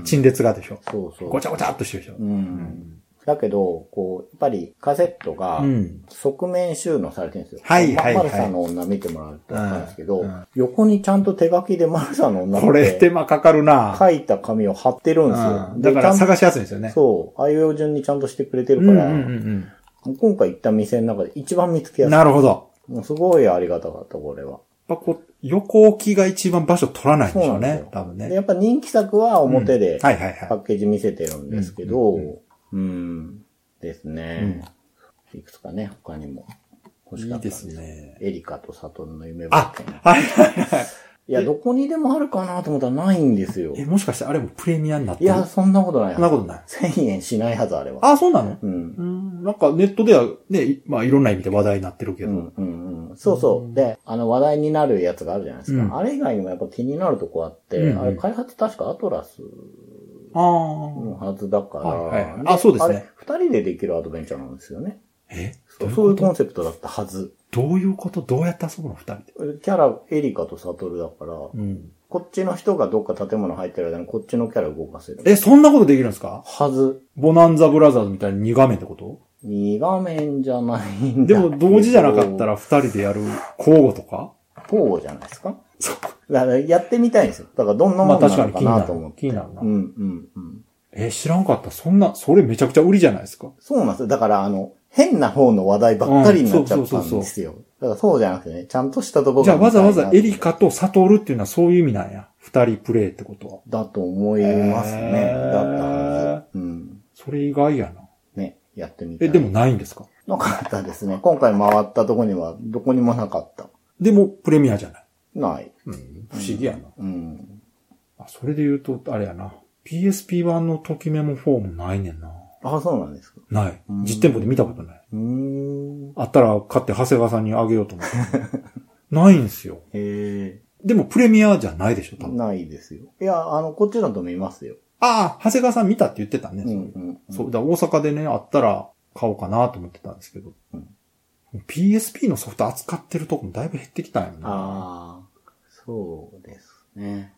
陳列がでしょ。 そうそう。 ごちゃごちゃっとしてるでしょ。 だけど、こう、やっぱりカセットが側面収納されてるんですよ。マルサの女見てもらうとわかるんですけど、横にちゃんと手書きでマルサの女ってこれ手間かかるな。 書いた紙を貼ってるんですよ。 だから探しやすいんですよね。 そう。あいうえお順にちゃんとしてくれてるから、今回行った店の中で一番見つけやすい。 なるほど。 もうすごいありがたかった、これは。 横置きが一番場所取らないんでしょうね。多分ね。 でやっぱ人気作は表でパッケージ見せてるんですけど、ですね。いくつかね、他にも欲しかったんです。いいですね。エリカとサトルの夢物件。いや、どこにでもあるかなと思ったらないんですよ。 もしかしてあれもプレミアになってる？ いや、そんなことない。 そんなことない。 1000円しないはず、あれは。 そうなの？なんかネットではね、まあいろんな意味で話題になってるけど。 そうそう。で、話題になるやつがあるじゃないですか。あれ以外にもやっぱ気になるとこあって、あれ開発確かアトラスのはずだから。 そうですね。あれ、 二人でできるアドベンチャーなんですよね。そういうコンセプトだったはず。 どういうこと？どうやって遊ぶの？二人で。キャラ、エリカとサトルだから、こっちの人がどっか建物入ってる間にこっちのキャラ動かせる。 そんなことできるんですか？ はず。 ボナンザブラザーズみたいに2画面ってこと？ 2 画面じゃないんだ。 でも同時じゃなかったら2人でやる交互とか？ 交互じゃないですか？そう。だからやってみたいんですよ。だからどんなものなのかなと思って。 気になるな。知らんかった。それめちゃくちゃ売りじゃないですか？ そうなんですよ。だから変な方の話題ばっかりになっちゃったんですよ。だからそうじゃなくてね、ちゃんとしたところが。 じゃあわざわざエリカとサトルっていうのはそういう意味なんや。二人プレイってことは。 だと思いますね。だったはず。 それ意外やな。 ね、やってみたい。 でもないんですか？ なかったですね。今回回ったとこにはどこにもなかった。 でもプレミアじゃない？ ない。 不思議やな。それで言うと、あれやな。PSP 版のときメモ4もないねんな。 そうなんですか？ ない。実店舗で見たことない。あったら買って長谷川さんにあげようと思って。ないんすよ。でもプレミアじゃないでしょ、多分。 ないですよ。いや、こっちのと見ますよ。 長谷川さん見たって言ってたね。そう。だから大阪でね、あったら買おうかなと思ってたんですけど。PSP のソフト扱ってるとこもだいぶ減ってきたんよね。 そうですね。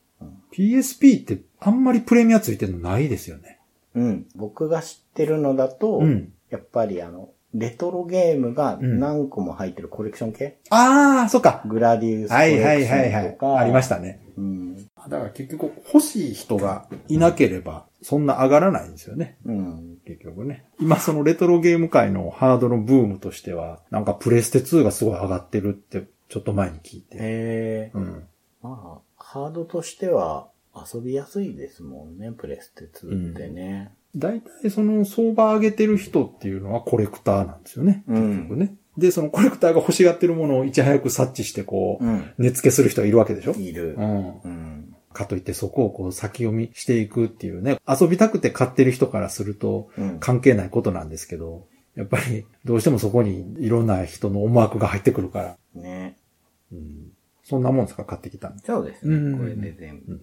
PSP ってあんまりプレミアついてるのないですよね。 僕が知ってるのだと、やっぱりレトロゲームが何個も入ってるコレクション系、 そっか。 グラディウスコレクションとか。 ありましたね。だから結局欲しい人がいなければそんな上がらないんですよね。結局ね。今そのレトロゲーム界のハードのブームとしては、なんかプレステ2がすごい上がってるってちょっと前に聞いて。 まあ、ハードとしては遊びやすいですもんね、プレステ2ってね。 大体その相場上げてる人っていうのはコレクターなんですよね。結局ね。で、そのコレクターが欲しがってるものをいち早く察知してこう、値付けする人がいるわけでしょ？いる。かといってそこをこう先読みしていくっていうね、遊びたくて買ってる人からすると関係ないことなんですけど、やっぱりどうしてもそこにいろんな人の思惑が入ってくるから。ね。そんなもんですか？買ってきたんで。 そうですね。これで全部。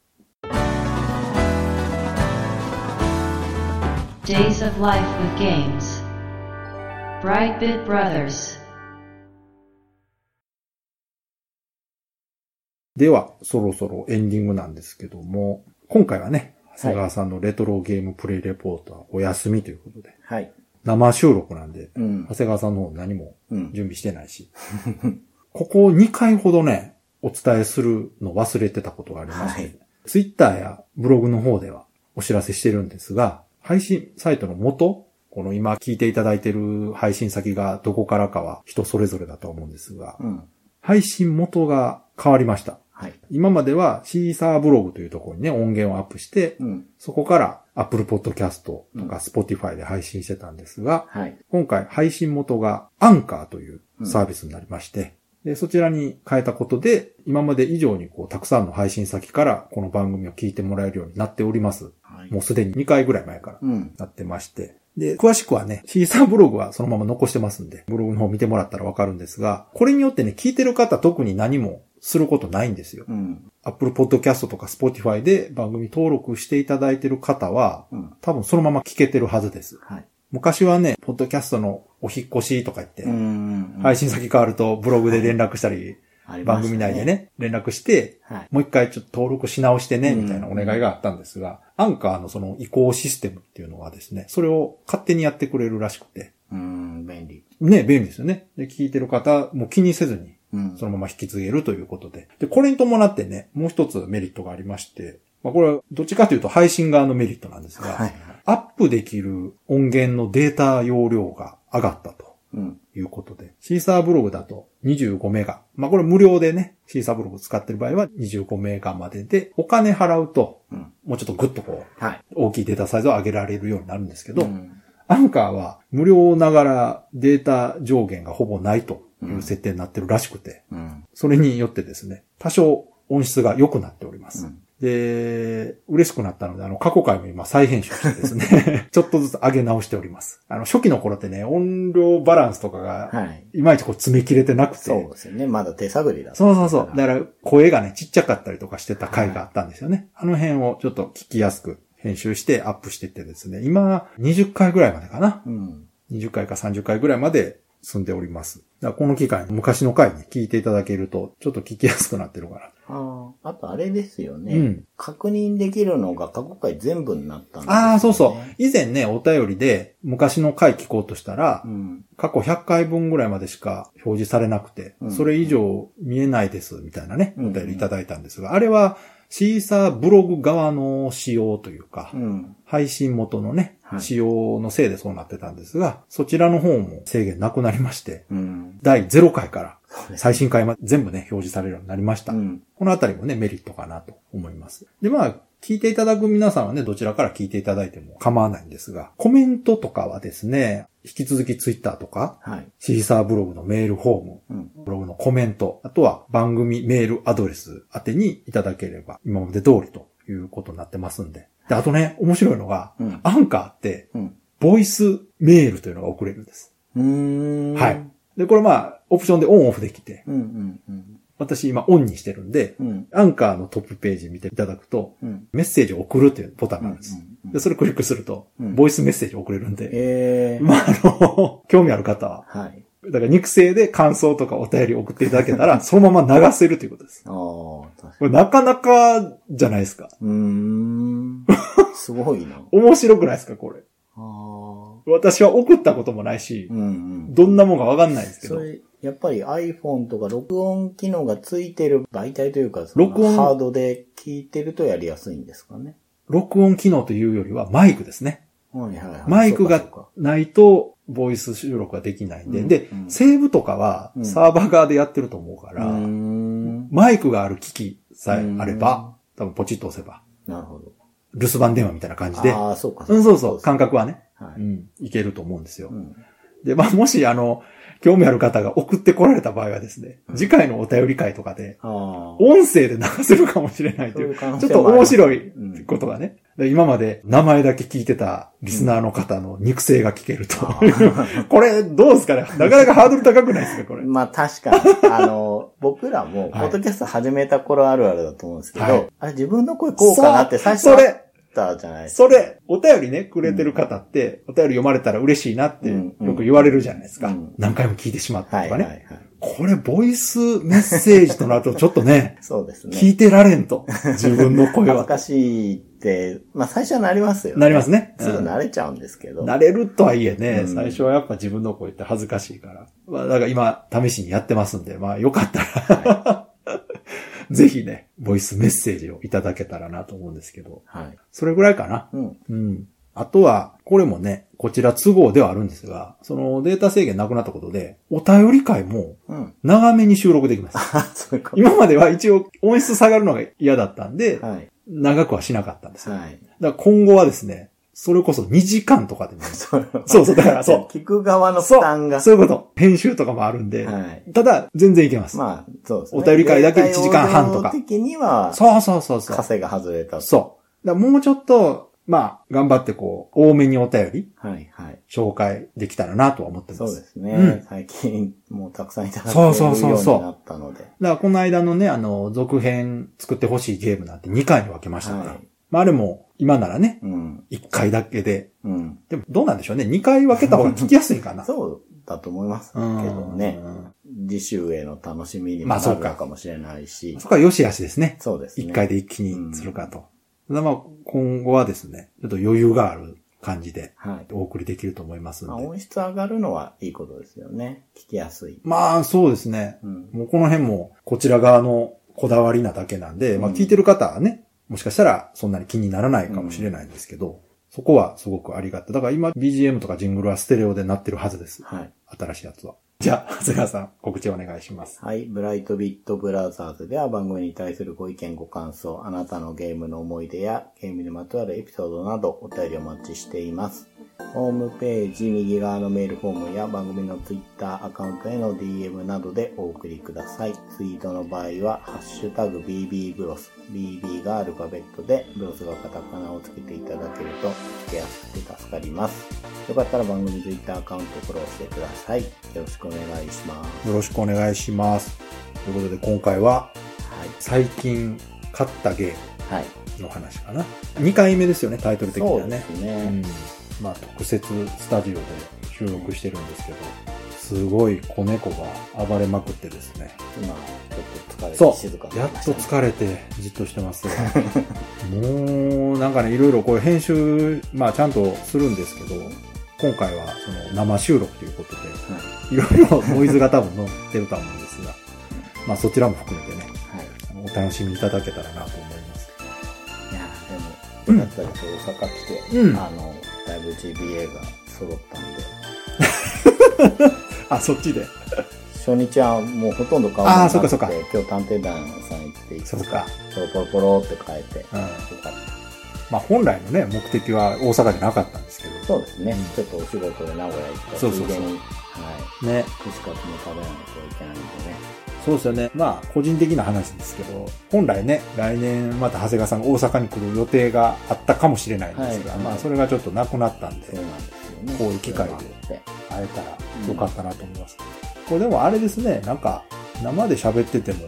Days of Life with Games Brightbit Brothers では、そろそろエンディングなんですけども、今回はね、 長谷川さんのレトロゲームプレイレポートはお休みということで。 はい。 生収録なんで、長谷川さんの方何も準備してないし。ここ2回ほどね、お伝えするの忘れてたことがありまして、ツイッターやブログの方ではお知らせしてるんですが、配信サイトの元、この今聞いていただいてる配信先がどこからかは人それぞれだと思うんですが、配信元が変わりました。はい、今まではシーサーブログというところにね、音源をアップして、そこから Apple Podcast とか Spotify で配信してたんですが、今回配信元がアンカーというサービスになりまして、でそちらに変えたことで、今まで以上にたくさんの配信先からこの番組を聞いてもらえるようになっております。もうすでに2回ぐらい前からなってまして、で、詳しくはね、シーサーブログはそのまま残してますんで、ブログの方見てもらったらわかるんですが、これによってね、聞いてる方特に何もすることないんですよ。Apple Podcast とか Spotify で番組登録していただいてる方は、多分そのまま聞けてるはずです。昔はね、ポッドキャストのお引っ越しとか言って、配信先変わるとブログで連絡したり、番組内でね、連絡して、もう一回ちょっと登録し直してね、みたいなお願いがあったんですが、アンカーのその移行システムっていうのはですね、それを勝手にやってくれるらしくて。 便利。 ね、便利ですよね。で、聞いてる方も気にせずに、そのまま引き継げるということで。で、これに伴ってね、もう一つメリットがありまして、これはどっちかというと配信側のメリットなんですが、アップできる音源のデータ容量が上がったと。いうことで。シーサーブログだと25メガ。これ無料でね、シーサーブログ使ってる場合は25メガまでで、お金払うと、もうちょっとグッと大きいデータサイズを上げられるようになるんですけど、アンカーは無料ながらデータ上限がほぼないという設定になってるらしくて、それによってですね、多少音質が良くなっております。で、嬉しくなったので、過去回も今再編集してですね、ちょっとずつ上げ直しております。初期の頃ってね、音量バランスとかが、いまいち詰め切れてなくて。 そうですよね。まだ手探りだった。 そう。だから声がね、ちっちゃかったりとかしてた回があったんですよね。あの辺をちょっと聞きやすく編集してアップしていってですね、今、20回ぐらいまでかな。20回か30回ぐらいまで済んでおります。だからこの機会に昔の回に聞いていただけると、ちょっと聞きやすくなってるかな。 あとあれですよね。確認できるのが過去回全部になったんですよね。 そう。以前ね、お便りで昔の回聞こうとしたら、過去100回分ぐらいまでしか表示されなくて、それ以上見えないです、みたいなね、お便りいただいたんですが、あれはシーサーブログ側の仕様というか、配信元のね、仕様のせいでそうなってたんですが、そちらの方も制限なくなりまして、第0回から最新回まで全部ね、表示されるようになりました。このあたりもね、メリットかなと思います。で、聞いていただく皆さんはね、どちらから聞いていただいても構わないんですが、コメントとかはですね、引き続きツイッターとか、シーサーブログのメールフォーム、ブログのコメント、あとは番組メールアドレス宛てにいただければ、今まで通りということになってますんで。で、あとね、面白いのが、アンカーって、ボイスメールというのが送れるんです。はい。で、これオプションでオンオフできて、私今オンにしてるんで、アンカーのトップページ見ていただくと、メッセージを送るというボタンがあるんです。で、それクリックすると、ボイスメッセージを送れるんで、興味ある方は、だから肉声で感想とかお便り送っていただけたら、そのまま流せるということです。これなかなかじゃないですか。 すごいな。 面白くないですか、これ。私は送ったこともないし、どんなもんかわかんないですけど。 やっぱり iPhone とか録音機能がついてる媒体というか、ハードで聞いてるとやりやすいんですかね。 録音機能というよりはマイクですね。マイクがないとボイス収録ができないんで。で、セーブとかはサーバー側でやってると思うから、マイクがある機器さえあれば、多分ポチッと押せば。 なるほど。 留守番電話みたいな感じで。 そうか。 感覚はね。いけると思うんですよ。で、もし興味ある方が送ってこられた場合はですね、次回のお便り会とかで、音声で流せるかもしれないという、ちょっと面白いことがね、今まで名前だけ聞いてたリスナーの方の肉声が聞けると。これどうですかね、なかなかハードル高くないですかこれ。 確かに。僕らも、ポッドキャスト始めた頃あるあるだと思うんですけど、あれ自分の声こうかなって最初じゃないですか。 それ、お便りね、くれてる方って、お便り読まれたら嬉しいなってよく言われるじゃないですか。何回も聞いてしまったとかね。これ、ボイスメッセージとなるとちょっとね、 そうですね。 聞いてられんと。自分の声は。 恥ずかしいて、まあ最初はなりますよね。 なりますね。 すぐ慣れちゃうんですけど。 慣れるとはいえね、最初はやっぱ自分の声って恥ずかしいから。まあだから今、試しにやってますんで、まあよかったら、ぜひね、ボイスメッセージをいただけたらなと思うんですけど。はい。それぐらいかな。うん。あとは、これもね、こちら都合ではあるんですが、そのデータ制限なくなったことで、お便り会も、長めに収録できます。そういうこと。今までは一応音質下がるのが嫌だったんで、はい、長くはしなかったんですよ。はい。だから今後はですね、それこそ2時間とかでも、そう、だからそう。 聞く側の負担が。 そういうこと。編集とかもあるんで、はい、ただ、全然いけます。まあ、そうですね。お便り会だけ1時間半とか。 的には、 そう。 枷が外れた。 そう。だからもうちょっと、まあ、頑張ってこう、多めにお便り、はいはい、紹介できたらなとは思ってます。 そうですね。最近、もうたくさんいただけるようになったので。だからこの間のね、続編作ってほしいゲームなんて2回に分けましたから。はい、まああれも、今ならね、1回だけで。でも、どうなんでしょうね。2回分けた方が聞きやすいかな。 そうだと思いますけどね。次週への楽しみにもなるかもしれないし。 そこは良し悪しですね。 そうですね。 1回で一気にするかと。まあ、今後はですね、ちょっと余裕がある感じで、お送りできると思いますので。 音質上がるのはいいことですよね。聞きやすい。 まあ、そうですね。もうこの辺も、こちら側のこだわりなだけなんで、まあ聞いてる方はね、もしかしたらそんなに気にならないかもしれないんですけど、そこはすごくありがたい。だから今 BGM とかジングルはステレオで鳴ってるはずです。はい。新しいやつは。じゃあ、長谷川さん、告知お願いします。 はい。ブライトビットブラザーズでは番組に対するご意見ご感想、あなたのゲームの思い出やゲームにまつわるエピソードなどお便りお待ちしています。ホームページ右側のメールフォームや番組のツイッターアカウントへの DM などでお送りください。ツイートの場合は、ハッシュタグ BB ブロス。BB がアルファベットで、ブロスがカタカナをつけていただけると聞きやすくて助かります。よかったら番組ツイッターアカウントフォローしてください。よろしくお願いします。 よろしくお願いします。ということで今回は、最近買ったゲームの話かな。2回目ですよね、タイトル的にはね。そうですね。まあ特設スタジオで収録してるんですけど、すごい子猫が暴れまくってですね。 今、ちょっと疲れて静かになりましたね。 やっと疲れてじっとしてますが。もう、なんかね、いろいろこう編集、まあちゃんとするんですけど、今回はその生収録ということで、いろいろノイズが多分乗ってると思うんですが、まあそちらも含めてね、お楽しみいただけたらなと思います。 いや、でも、だったら大阪来て、だいぶ GBA が揃ったんで。 あ、そっちで。 初日はもうほとんど顔がなくて、今日探偵団さん行っていくつか、ポロポロって変えて、よかった。 まあ本来のね、目的は大阪じゃなかったんですけど。 そうですね。ちょっとお仕事で名古屋行ったついでに、はい。ね。串カツも食べないといけないんでね。 そうですよね。まあ、個人的な話ですけど、本来ね、来年また長谷川さんが大阪に来る予定があったかもしれないんですが、まあ、それがちょっとなくなったんで、そうなんですよね。こういう機会で会えたらよかったなと思います。これでもあれですね、なんか、生で喋ってても、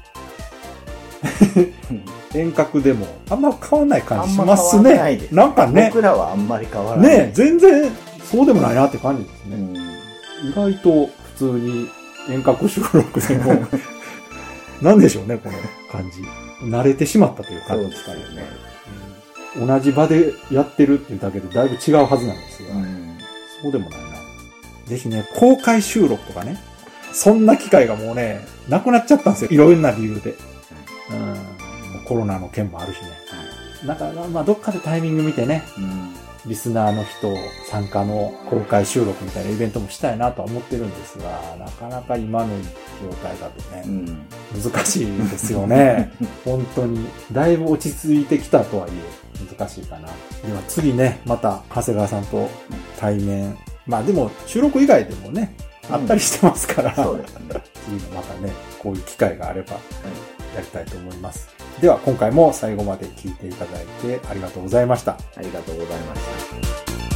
遠隔でもあんま変わらない感じしますね。ないです。なんかね。 僕らはあんまり変わらない。 ね、全然そうでもないなって感じですね。意外と普通に遠隔収録でも、なんでしょうね、この感じ。慣れてしまったという感じですかね。同じ場でやってるっていうだけでだいぶ違うはずなんですが、そうでもないな。ぜひね、公開収録とかね、そんな機会がもうね、なくなっちゃったんですよ。いろんな理由で。コロナの件もあるしね。だから、まあ、どっかでタイミング見てね、リスナーの人参加の公開収録みたいなイベントもしたいなとは思ってるんですが、なかなか今の状態だとね、難しいですよね。本当に。だいぶ落ち着いてきたとはいえ、難しいかな。では次ね、また長谷川さんと対面。まあでも収録以外でもね、あったりしてますから、そうですね。次のまたね、こういう機会があれば、やりたいと思います。では今回も最後まで聞いていただいてありがとうございました。 ありがとうございました。